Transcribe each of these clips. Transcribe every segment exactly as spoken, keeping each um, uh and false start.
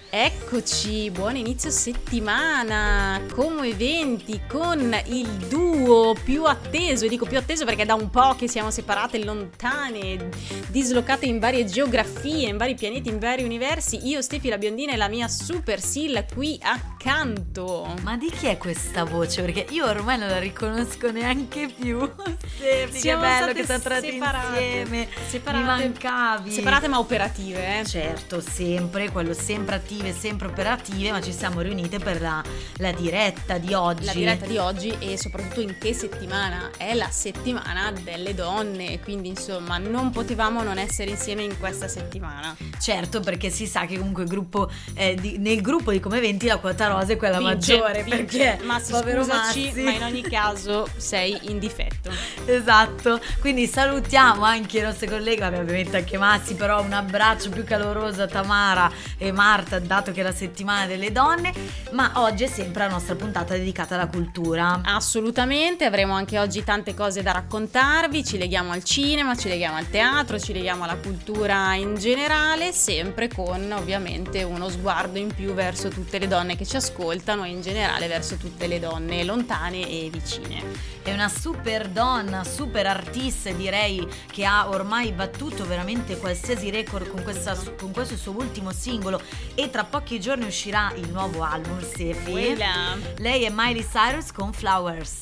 Eccoci, buon inizio settimana, come eventi, con il duo più atteso, e dico più atteso perché da un po' che siamo separate, lontane, dislocate in varie geografie, in vari pianeti, in vari universi. Io, Stefi la biondina, e la mia super Silla qui accanto. Ma di chi è questa voce? Perché io ormai non la riconosco neanche più. Stefi, che bello che siamo tornati insieme. Separate, mi mancavi. Separate ma operative, eh? Certo, sempre, quello sempre attive, sempre operative, ma ci siamo riunite per la, la diretta di oggi. La diretta di oggi e soprattutto in che settimana? È la settimana delle donne, quindi insomma non potevamo non essere insieme in questa settimana. Certo, perché si sa che comunque il gruppo, eh, di, nel gruppo di Come Eventi la quota rosa è quella vince, maggiore, vince. Perché Massi, povero scusaci, Massi. ma in ogni caso sei in difetto. Esatto, quindi salutiamo anche i nostri colleghi, vabbè, ovviamente anche Massi, però un abbraccio più caloroso a Tamara e Marta, dato che è la settimana delle donne. Ma oggi è sempre la nostra puntata dedicata alla cultura. Assolutamente, avremo anche oggi tante cose da raccontarvi, ci leghiamo al cinema, ci leghiamo al teatro, ci leghiamo alla cultura in generale, sempre con ovviamente uno sguardo in più verso tutte le donne che ci ascoltano e in generale verso tutte le donne lontane e vicine. È una super donna, super artista, direi, che ha ormai battuto veramente qualsiasi record con, questa, con questo suo ultimo singolo, e tra pochi giorni uscirà il nuovo album, Stefi. Quella. Lei è Miley Cyrus con Flowers.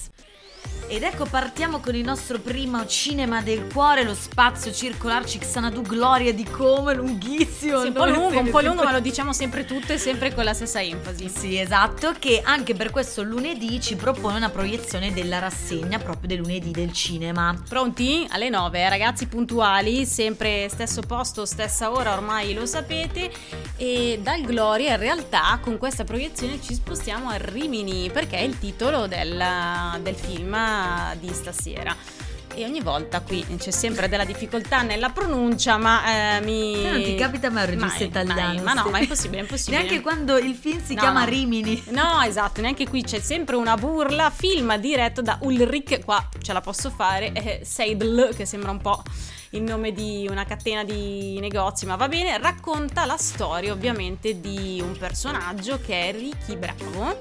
Ed ecco, partiamo con il nostro primo cinema del cuore, lo spazio circolarci Xanadu Gloria di Como, lunghissimo. Sì, un po' lungo, un po' lungo, ma lo diciamo sempre tutto e sempre con la stessa enfasi. Sì, esatto, che anche per questo lunedì ci propone una proiezione della rassegna proprio del lunedì del cinema. Pronti? Alle nove, ragazzi, puntuali, sempre stesso posto, stessa ora, ormai lo sapete. E dal Gloria in realtà con questa proiezione ci spostiamo a Rimini, perché è il titolo del, del film di stasera. E ogni volta qui c'è sempre della difficoltà nella pronuncia, ma eh, mi... Non ti capita mai un regista mai, italiano? mai, ma no, ma è impossibile, è impossibile. Neanche quando il film si no, chiama no. Rimini. No, esatto, neanche qui c'è sempre una burla. Film diretto da Ulrich, qua ce la posso fare, eh, Seidl, che sembra un po' il nome di una catena di negozi, ma va bene. Racconta la storia ovviamente di un personaggio che è Ricky Bravo,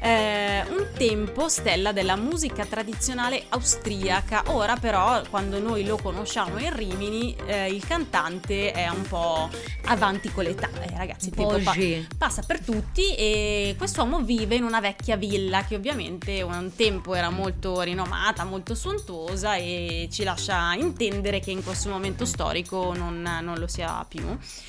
eh, un tempo stella della musica tradizionale austriaca. Ora però, quando noi lo conosciamo in Rimini, eh, il cantante è un po' avanti con l'età, eh, ragazzi, il tempo pa- passa per tutti, e quest'uomo vive in una vecchia villa che ovviamente un tempo era molto rinomata, molto sontuosa, e ci lascia intendere che in questo momento storico non, non lo sia più,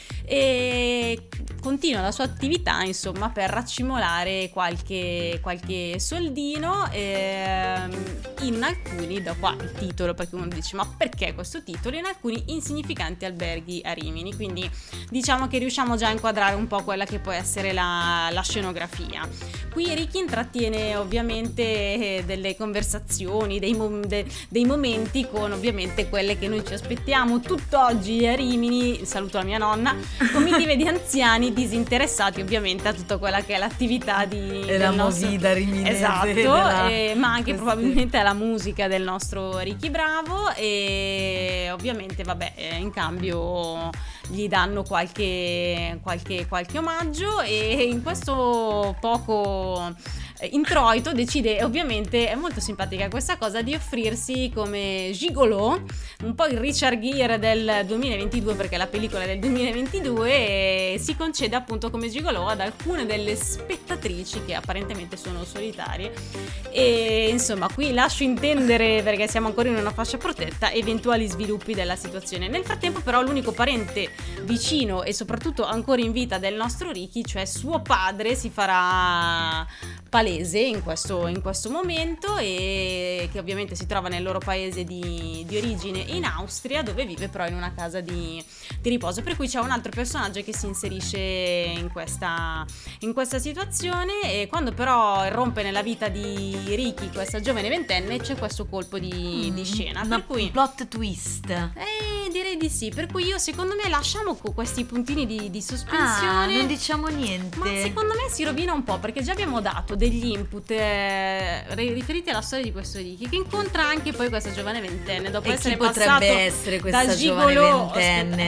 e continua la sua attività insomma per raccimolare qualche, qualche soldino, ehm, in alcuni, da qua il titolo, perché uno dice ma perché questo titolo, in alcuni insignificanti alberghi a Rimini. Quindi diciamo che riusciamo già a inquadrare un po' quella che può essere la, la scenografia. Qui Ricky intrattiene ovviamente delle conversazioni, dei, mom- de- dei momenti con ovviamente quelle che noi ci aspettiamo tutt'oggi a Rimini, saluto la mia nonna, comitive di anziani disinteressati ovviamente a tutta quella che è l'attività di e la nostro... movida riminese, esatto, della... e, ma anche Questi... probabilmente alla musica del nostro Ricky Bravo, e ovviamente vabbè in cambio gli danno qualche, qualche, qualche omaggio, e in questo poco introito decide, ovviamente è molto simpatica questa cosa, di offrirsi come gigolò, un po' il Richard Gere del duemilaventidue, perché la pellicola è del duemilaventidue, e si concede appunto come gigolò ad alcune delle spettatrici che apparentemente sono solitarie. E insomma qui lascio intendere, perché siamo ancora in una fascia protetta, eventuali sviluppi della situazione. Nel frattempo però l'unico parente vicino e soprattutto ancora in vita del nostro Ricky, cioè suo padre, si farà palese in questo, in questo momento, e che ovviamente si trova nel loro paese di, di origine in Austria, dove vive però in una casa di, di riposo, per cui c'è un altro personaggio che si inserisce in questa, in questa situazione. E quando però irrompe nella vita di Ricky, questa giovane ventenne, c'è questo colpo di, mm, di scena, per cui plot twist. Eh, direi di sì, per cui io secondo me lasciamo con questi puntini di, di sospensione. Ah, non diciamo niente. Ma secondo me si rovina un po', perché già abbiamo dato degli input eh, riferiti alla storia di questo Ricky, che incontra anche poi questa giovane ventenne dopo e essere chi potrebbe passato essere questa da giovane gigolò, ventenne? Eh,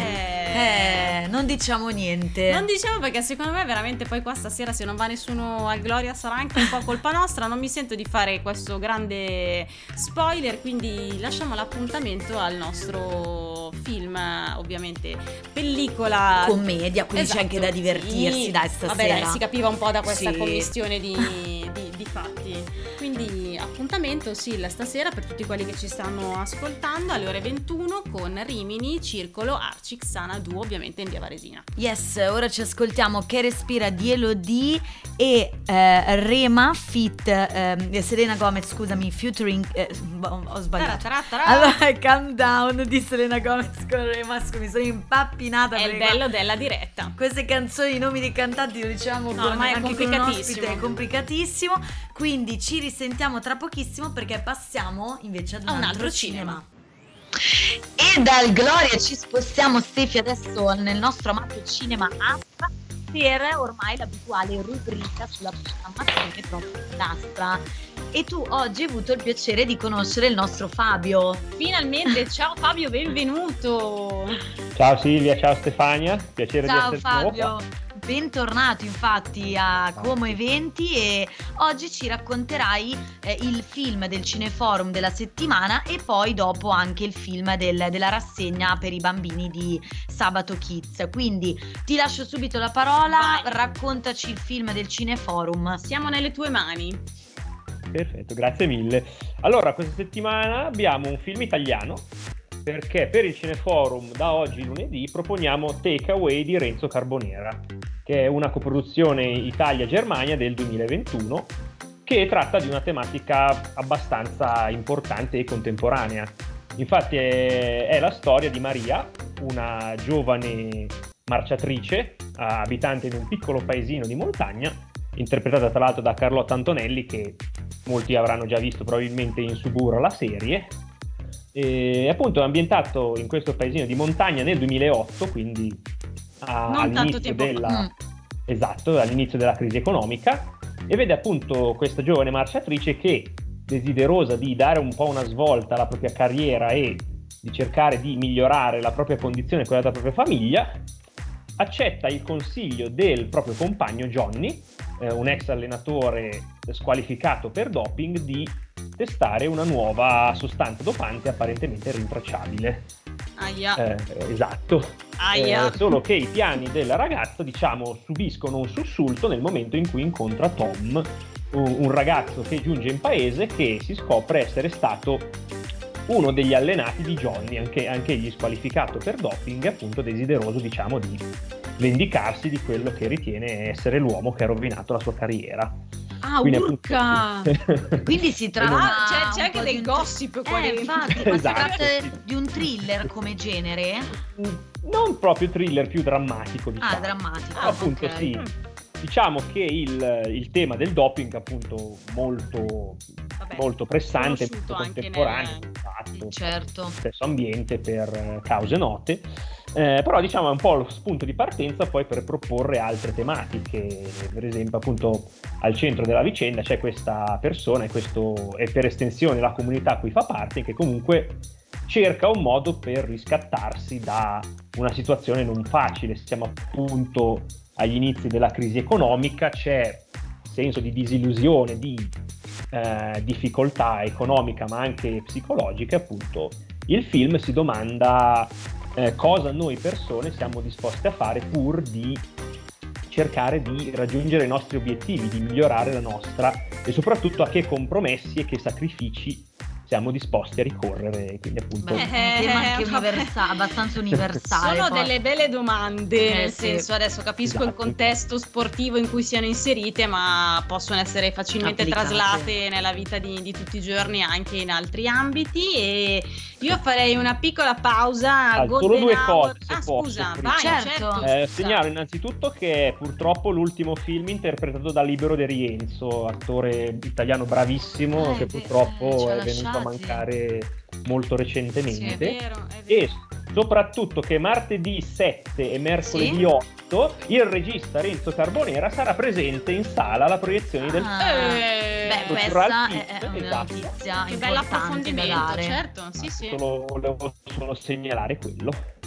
Eh, non diciamo niente. Non diciamo perché secondo me veramente poi qua stasera se non va nessuno al Gloria sarà anche un po' colpa nostra. Non mi sento di fare questo grande spoiler, quindi lasciamo l'appuntamento al nostro film, ovviamente pellicola commedia, quindi esatto, c'è anche da divertirsi, sì. dai, stasera. Vabbè, dai, si capiva un po' da questa sì. commistione di, di, di fatti. Quindi appuntamento sì, la stasera per tutti quelli che ci stanno ascoltando alle ore ventuno con Rimini, Circolo, Arci, Xana Duo, ovviamente in via Varesina. Yes, ora ci ascoltiamo Che respira di Elodie e eh, Rema Fit eh, Selena Gomez, scusami, featuring eh, ho sbagliato. Tara, tara, tara. Allora, Calm Down di Selena Gomez con Rema, mi sono impappinata. È il bello della diretta. Queste canzoni, i nomi dei cantanti lo diciamo no, con, ma è anche con un complicatissimo. ospite, è complicatissimo. Quindi ci risentiamo tra pochissimo perché passiamo invece ad un, a un altro, altro cinema. cinema. E dal Gloria ci spostiamo, Stefi, adesso nel nostro amato cinema Astra per ormai l'abituale rubrica sulla programmazione proprio Astra. E tu oggi hai avuto il piacere di conoscere il nostro Fabio. Finalmente, ciao Fabio, benvenuto. Ciao Silvia, ciao Stefania, piacere Ciao di essere di nuovo qua. Fabio. Bentornato infatti a Como Eventi e oggi ci racconterai eh, il film del Cineforum della settimana e poi dopo anche il film del, della rassegna per i bambini di Sabato Kids. Quindi ti lascio subito la parola, Vai. Raccontaci il film del Cineforum. Siamo nelle tue mani. Perfetto, grazie mille. Allora, questa settimana abbiamo un film italiano perché per il Cineforum da oggi lunedì proponiamo Take Away di Renzo Carbonera, che è una coproduzione Italia-Germania del duemilaventuno che tratta di una tematica abbastanza importante e contemporanea. Infatti è, è la storia di Maria, una giovane marciatrice, abitante in un piccolo paesino di montagna, interpretata tra l'altro da Carlotta Antonelli, che molti avranno già visto probabilmente in Suburra la serie. E appunto è ambientato in questo paesino di montagna nel duemilaotto, quindi a, Non tanto all'inizio tempo della fa. Mm. esatto, all'inizio della crisi economica, e vede appunto questa giovane marciatrice che, desiderosa di dare un po' una svolta alla propria carriera e di cercare di migliorare la propria condizione e quella della propria famiglia, accetta il consiglio del proprio compagno Johnny, eh, un ex allenatore squalificato per doping, di testare una nuova sostanza dopante apparentemente rintracciabile. Aia. Eh, esatto. Aia. Eh, solo che i piani della ragazza, diciamo, subiscono un sussulto nel momento in cui incontra Tom, un, un ragazzo che giunge in paese che si scopre essere stato uno degli allenati di Johnny, anche, anche egli squalificato per doping, appunto desideroso, diciamo, di vendicarsi di quello che ritiene essere l'uomo che ha rovinato la sua carriera. Ah, Quindi, urca! appunto, Quindi si tratta Ah, c'è, c'è un anche po' del di un- gossip qua Eh, dentro. infatti, ma si Esatto, tratta sì. di un thriller come genere? non proprio thriller, più drammatico, diciamo. Ah, drammatico. Però, appunto, ok. sì. Diciamo che il, il tema del doping, appunto, molto, Vabbè, molto pressante, conosciuto molto anche contemporaneo, nel- esatto, Certo. stesso ambiente per eh, cause note. Eh, però diciamo è un po' lo spunto di partenza poi per proporre altre tematiche. Per esempio, appunto, al centro della vicenda c'è questa persona e questo e per estensione la comunità a cui fa parte, che comunque cerca un modo per riscattarsi da una situazione non facile. Siamo appunto agli inizi della crisi economica, c'è senso di disillusione, di eh, difficoltà economica ma anche psicologica. Appunto il film si domanda eh, cosa noi persone siamo disposte a fare pur di cercare di raggiungere i nostri obiettivi, di migliorare la nostra, e soprattutto a che compromessi e che sacrifici siamo disposti a ricorrere. Quindi appunto Beh, è un tema anche Eh, universa- abbastanza universale. Sono poi. delle belle domande, Eh, nel sì. senso, adesso capisco il Esatto. contesto sportivo in cui siano inserite, ma possono essere facilmente Applicate. traslate nella vita di, di tutti i giorni anche in altri ambiti. E io farei una piccola pausa. Ah, solo Golden due Hour. cose, se Ah, posso, scusa, prima. vai, Certo. certo. Eh, scusa. segnalo innanzitutto che è purtroppo l'ultimo film interpretato da Libero De Rienzo, attore italiano bravissimo, Ah, è che vero, purtroppo eh, ci ha è venuto a lasciati. mancare molto Sì, è recentemente. vero, è vero. E soprattutto che martedì sette e mercoledì Sì? otto il regista Renzo Carbonera sarà presente in sala alla proiezione del Ah, Eh, beh, Cultural questa Fit, è, è una esatto. notizia Che importante bello da approfondimento, dare. certo, sì, sì. Solo, volevo solo segnalare quello.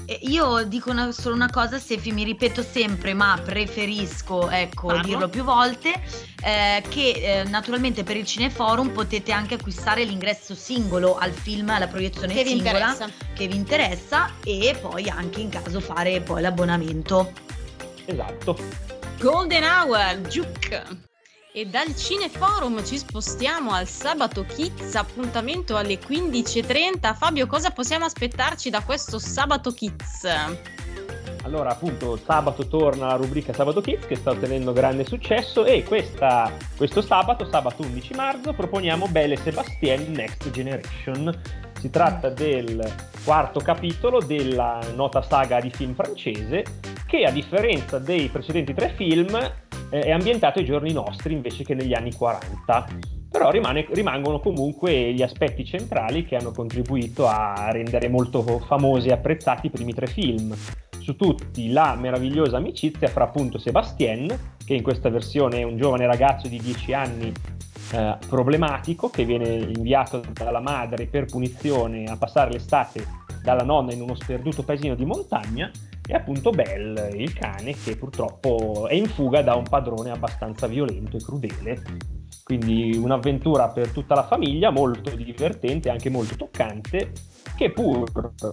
Eh, Io dico una- solo una cosa, Sefi, mi ripeto sempre, ma preferisco, ecco, Parlo. dirlo più volte, eh, che eh, naturalmente per il Cineforum potete anche acquistare l'ingresso singolo al film, alla proiezione Che vi singola interessa. che vi interessa, e poi anche in caso fare poi l'abbonamento. Esatto. Golden Hour, Juke. E dal Cineforum ci spostiamo al Sabato Kids, appuntamento alle quindici e trenta. Fabio, cosa possiamo aspettarci da questo Sabato Kids? Allora, appunto, sabato torna la rubrica Sabato Kids che sta ottenendo grande successo e questa, questo sabato, sabato undici marzo, proponiamo Belle e Sébastien Next Generation. Si tratta del quarto capitolo della nota saga di film francese che, a differenza dei precedenti tre film, eh, è ambientato ai giorni nostri invece che negli anni quaranta. Però rimane, rimangono comunque gli aspetti centrali che hanno contribuito a rendere molto famosi e apprezzati i primi tre film. Su tutti la meravigliosa amicizia fra appunto Sébastien, che in questa versione è un giovane ragazzo di dieci anni eh, problematico, che viene inviato dalla madre per punizione a passare l'estate dalla nonna in uno sperduto paesino di montagna, e appunto Belle, il cane, che purtroppo è in fuga da un padrone abbastanza violento e crudele. Quindi un'avventura per tutta la famiglia, molto divertente e anche molto toccante, che pur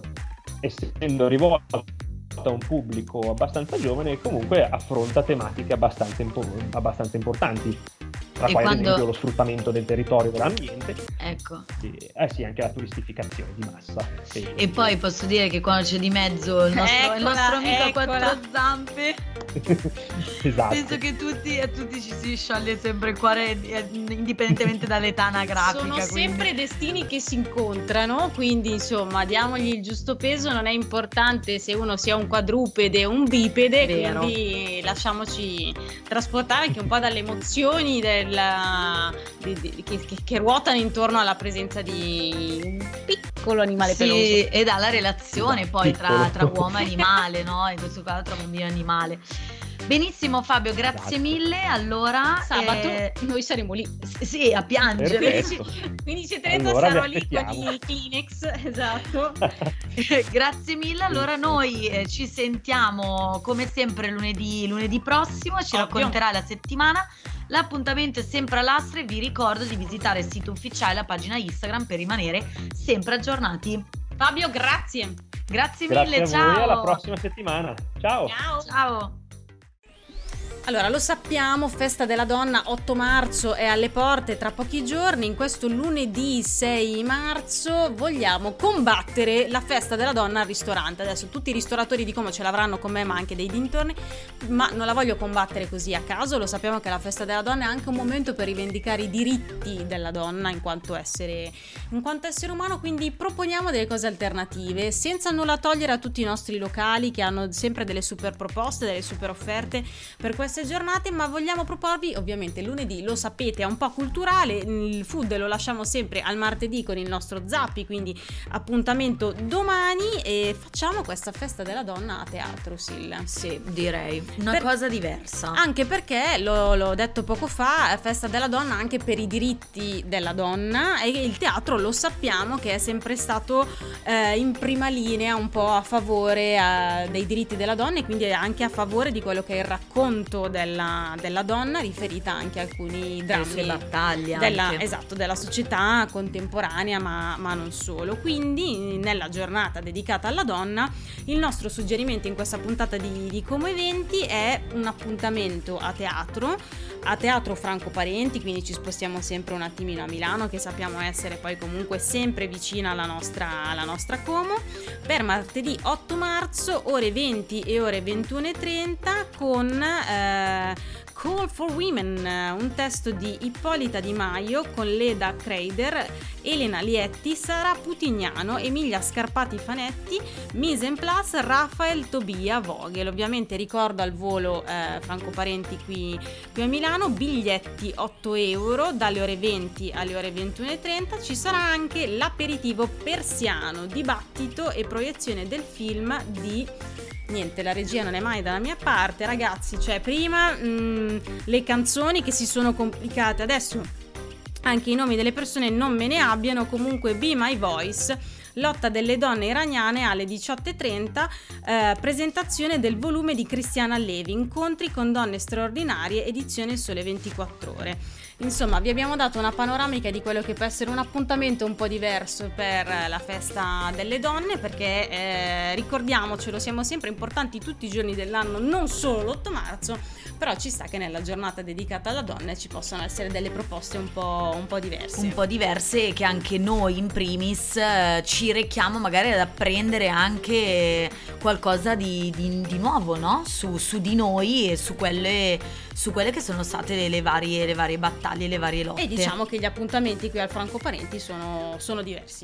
essendo rivolta a un pubblico abbastanza giovane comunque affronta tematiche abbastanza, impo- abbastanza importanti, tra E quali quando- ad esempio lo sfruttamento del territorio, dell'ambiente, Ecco. e eh sì, anche la turistificazione di massa. E, E poi posso dire che quando c'è di mezzo il nostro, il Eccola, nostro amico a eccola. quattro zampe, esatto. penso che tutti, a tutti ci si scioglie sempre il cuore, eh, indipendentemente dall'età anagrafica. Sono quindi- sempre destini che si incontrano, quindi insomma diamogli il giusto peso, non è importante se uno sia un quadrupede o un bipede, Vero. quindi lasciamoci trasportare anche un po' dalle emozioni della- di- di- che, che- che ruotano intorno alla presenza di un piccolo animale Sì, peloso. e dalla relazione poi tra, Piccolo. tra uomo e animale, no? In questo caso tra bambino e animale. Benissimo Fabio, grazie Esatto. mille. Allora, Sabato eh, noi saremo lì. s- sì, a piangere. Perfetto. quindici e trenta Allora, vi sarò lì con aspettiamo. i Kleenex, esatto. Grazie mille. Allora noi eh, ci sentiamo come sempre lunedì, lunedì prossimo, ci Ovvio. racconterà la settimana. L'appuntamento è sempre all'Astre, vi ricordo di visitare il sito ufficiale, la pagina Instagram, per rimanere sempre aggiornati. Fabio, grazie. Grazie, Grazie mille, a ciao. voi, alla prossima settimana. Ciao. Ciao. Ciao. Allora, lo sappiamo, Festa della Donna otto marzo è alle porte tra pochi giorni. In questo lunedì sei marzo vogliamo combattere la Festa della Donna al ristorante. Adesso tutti i ristoratori di Como ce l'avranno con me, ma anche dei dintorni, ma non la voglio combattere così a caso. Lo sappiamo che la Festa della Donna è anche un momento per rivendicare i diritti della donna in quanto essere, in quanto essere umano, quindi proponiamo delle cose alternative, senza nulla togliere a tutti i nostri locali che hanno sempre delle super proposte, delle super offerte per queste giornate, ma vogliamo proporvi, ovviamente lunedì lo sapete è un po' culturale, il food lo lasciamo sempre al martedì con il nostro Zappi, quindi appuntamento domani, e facciamo questa Festa della Donna a teatro, Sil. Sì, direi una Per- cosa diversa. Anche perché, lo- l'ho detto poco fa, è Festa della Donna anche per i diritti della donna, e il teatro lo sappiamo che è sempre stato eh, in prima linea un po' a favore eh, dei diritti della donna, e quindi anche a favore di quello che è il racconto della, della donna, riferita anche a alcuni Le sue drammi battaglie della, anche. esatto, della società contemporanea, ma, ma non solo. Quindi nella giornata dedicata alla donna il nostro suggerimento in questa puntata di, di Como Eventi è un appuntamento a teatro a Teatro Franco Parenti, quindi ci spostiamo sempre un attimino a Milano, che sappiamo essere poi comunque sempre vicina alla nostra, alla nostra Como, per martedì otto marzo ore venti e ore ventuno e trenta con eh, Call for Women, un testo di Ippolita Di Maio con Leda Kreider, Elena Lietti, Sara Putignano, Emilia Scarpati Fanetti, mise en place Rafael Tobia Vogel. Ovviamente ricordo al volo eh, Franco Parenti qui, qui a Milano, biglietti otto euro dalle ore venti alle ore ventuno e trenta. Ci sarà anche l'aperitivo persiano, dibattito e proiezione del film di... Niente, la regia non è mai dalla mia parte, ragazzi, cioè prima mh, le canzoni che si sono complicate, adesso anche i nomi delle persone non me ne abbiano. Comunque Be My Voice, Lotta delle donne iraniane alle diciotto e trenta, eh, presentazione del volume di Cristiana Levi, incontri con donne straordinarie, edizione Sole ventiquattro Ore. Insomma, vi abbiamo dato una panoramica di quello che può essere un appuntamento un po' diverso per la festa delle donne, perché eh, ricordiamocelo, siamo sempre importanti tutti i giorni dell'anno, non solo l'otto marzo, però ci sta che nella giornata dedicata alla donna ci possono essere delle proposte un po', un po' diverse. Un po' diverse, e che anche noi in primis eh, ci rechiamo magari ad apprendere anche qualcosa di, di, di nuovo, no? Su, su di noi e su quelle, su quelle che sono state le, le, varie, le varie battaglie, le varie lotte. E diciamo che gli appuntamenti qui al Franco Parenti sono, sono diversi.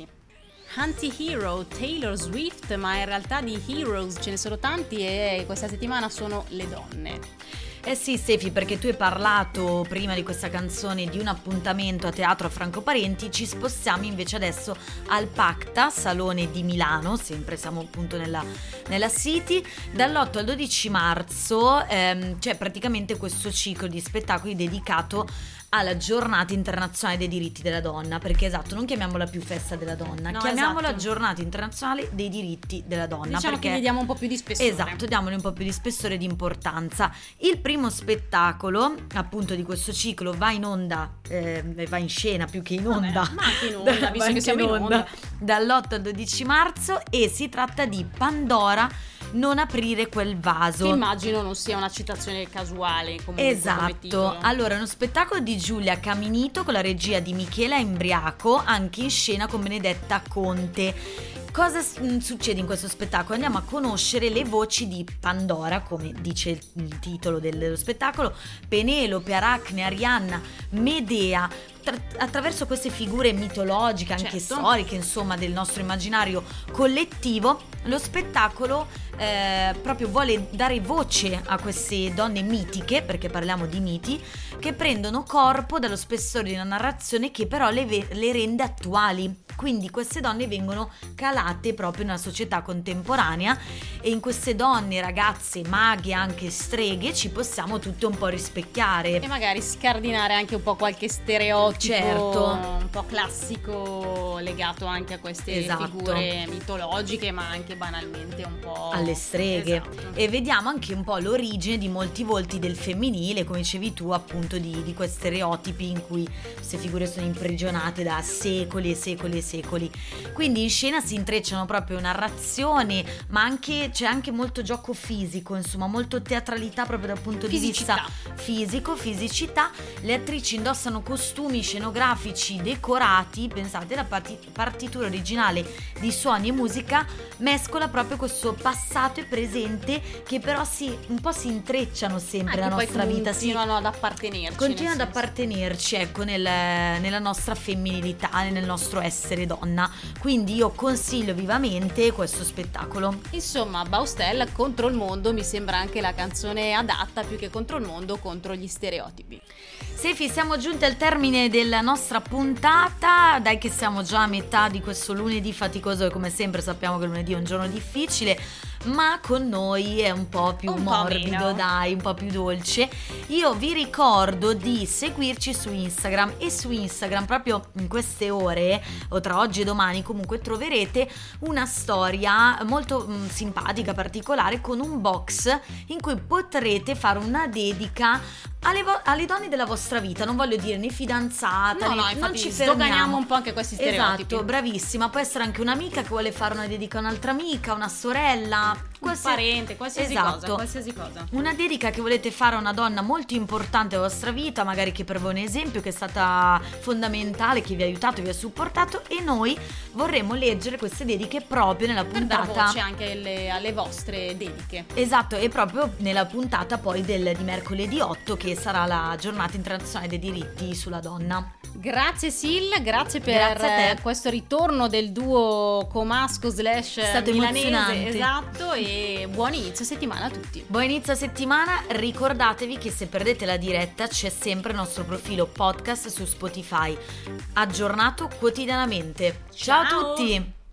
Anti-hero, Taylor Swift, ma in realtà di heroes ce ne sono tanti e questa settimana sono le donne. Eh sì, Stefi, perché tu hai parlato prima di questa canzone di un appuntamento a teatro a Franco Parenti. Ci spostiamo invece adesso al Pacta, Salone di Milano, sempre siamo appunto nella, nella City. Dall'otto al dodici marzo ehm, c'è praticamente questo ciclo di spettacoli dedicato alla giornata internazionale dei diritti della donna, perché esatto, non chiamiamola più festa della donna, no, chiamiamola esatto. giornata internazionale dei diritti della donna, diciamo perché che gli diamo un po' più di spessore. Esatto, diamogli un po' più di spessore e di importanza. Il primo spettacolo appunto di questo ciclo va in onda, eh, va in scena più che in onda, Vabbè, ma anche in onda, visto che siamo in onda, dall'otto al dodici marzo, e si tratta di Pandora, non aprire quel vaso. Che immagino non sia una citazione casuale comunque. Esatto. Allora, è uno spettacolo di Giulia Caminito con la regia di Michela Imbriaco, anche in scena con Benedetta Conte. Cosa succede in questo spettacolo? Andiamo a conoscere le voci di Pandora, come dice il titolo dello spettacolo, Penelope, Aracne, Arianna, Medea. Tra- attraverso queste figure mitologiche, anche certo. storiche, insomma, del nostro immaginario collettivo, lo spettacolo eh, proprio vuole dare voce a queste donne mitiche, perché parliamo di miti, che prendono corpo dallo spessore di una narrazione che però le, ve- le rende attuali. Quindi queste donne vengono calate proprio in una società contemporanea, e in queste donne, ragazze, maghe, anche streghe, ci possiamo tutte un po' rispecchiare. E magari scardinare anche un po' qualche stereotipo, certo, un po' classico legato anche a queste esatto. figure mitologiche, ma anche banalmente un po' alle streghe. Esatto. E vediamo anche un po' l'origine di molti volti del femminile, come dicevi tu, appunto di, di questi stereotipi in cui queste figure sono imprigionate da secoli e secoli e secoli. Quindi in scena si intrecciano proprio narrazione, ma anche c'è anche molto gioco fisico, insomma molto teatralità proprio dal punto Fisicità. di vista fisico, fisicità. Le attrici indossano costumi scenografici decorati, pensate, la parti- partitura originale di suoni e musica mescola proprio questo passato e presente che però si un po' si intrecciano sempre nella nostra vita, si continuano ad appartenerci, continua ad nel senso. appartenerci, ecco, nel, nella nostra femminilità, nel nostro essere donna. Quindi io consiglio vivamente questo spettacolo. Insomma, Baustelle contro il mondo mi sembra anche la canzone adatta, più che contro il mondo, contro gli stereotipi. Sefi, siamo giunti al termine della nostra puntata, dai che siamo già a metà di questo lunedì faticoso, e come sempre sappiamo che lunedì è un giorno difficile, ma con noi è un po' più un morbido, po' dai, un po' più dolce. Io vi ricordo di seguirci su Instagram, e su Instagram proprio in queste ore, o tra oggi e domani comunque, troverete una storia molto mh, simpatica, particolare, con un box in cui potrete fare una dedica alle, vo- alle donne della vostra vita. Non voglio dire né fidanzata, No, né, no, non infatti ci sdoganiamo fermiamo un po' anche questi stereotipi. Esatto, bravissima. Può essere anche un'amica che vuole fare una dedica a un'altra amica, una sorella, Un parente, qualsiasi esatto. cosa, qualsiasi cosa. Una dedica che volete fare a una donna molto importante nella vostra vita, magari che per voi è un esempio, che è stata fondamentale, che vi ha aiutato, vi ha supportato, e noi vorremmo leggere queste dediche proprio nella Per dar puntata. voce anche alle, alle vostre dediche. Esatto, e proprio nella puntata poi del, di mercoledì otto, che sarà la giornata internazionale dei diritti sulla donna. Grazie Sil, grazie per Grazie a te. questo ritorno del duo comasco slash È stato milanese, emozionante. Esatto, e buon inizio settimana a tutti. Buon inizio settimana, ricordatevi che se perdete la diretta c'è sempre il nostro profilo podcast su Spotify, aggiornato quotidianamente. Ciao, Ciao. a tutti!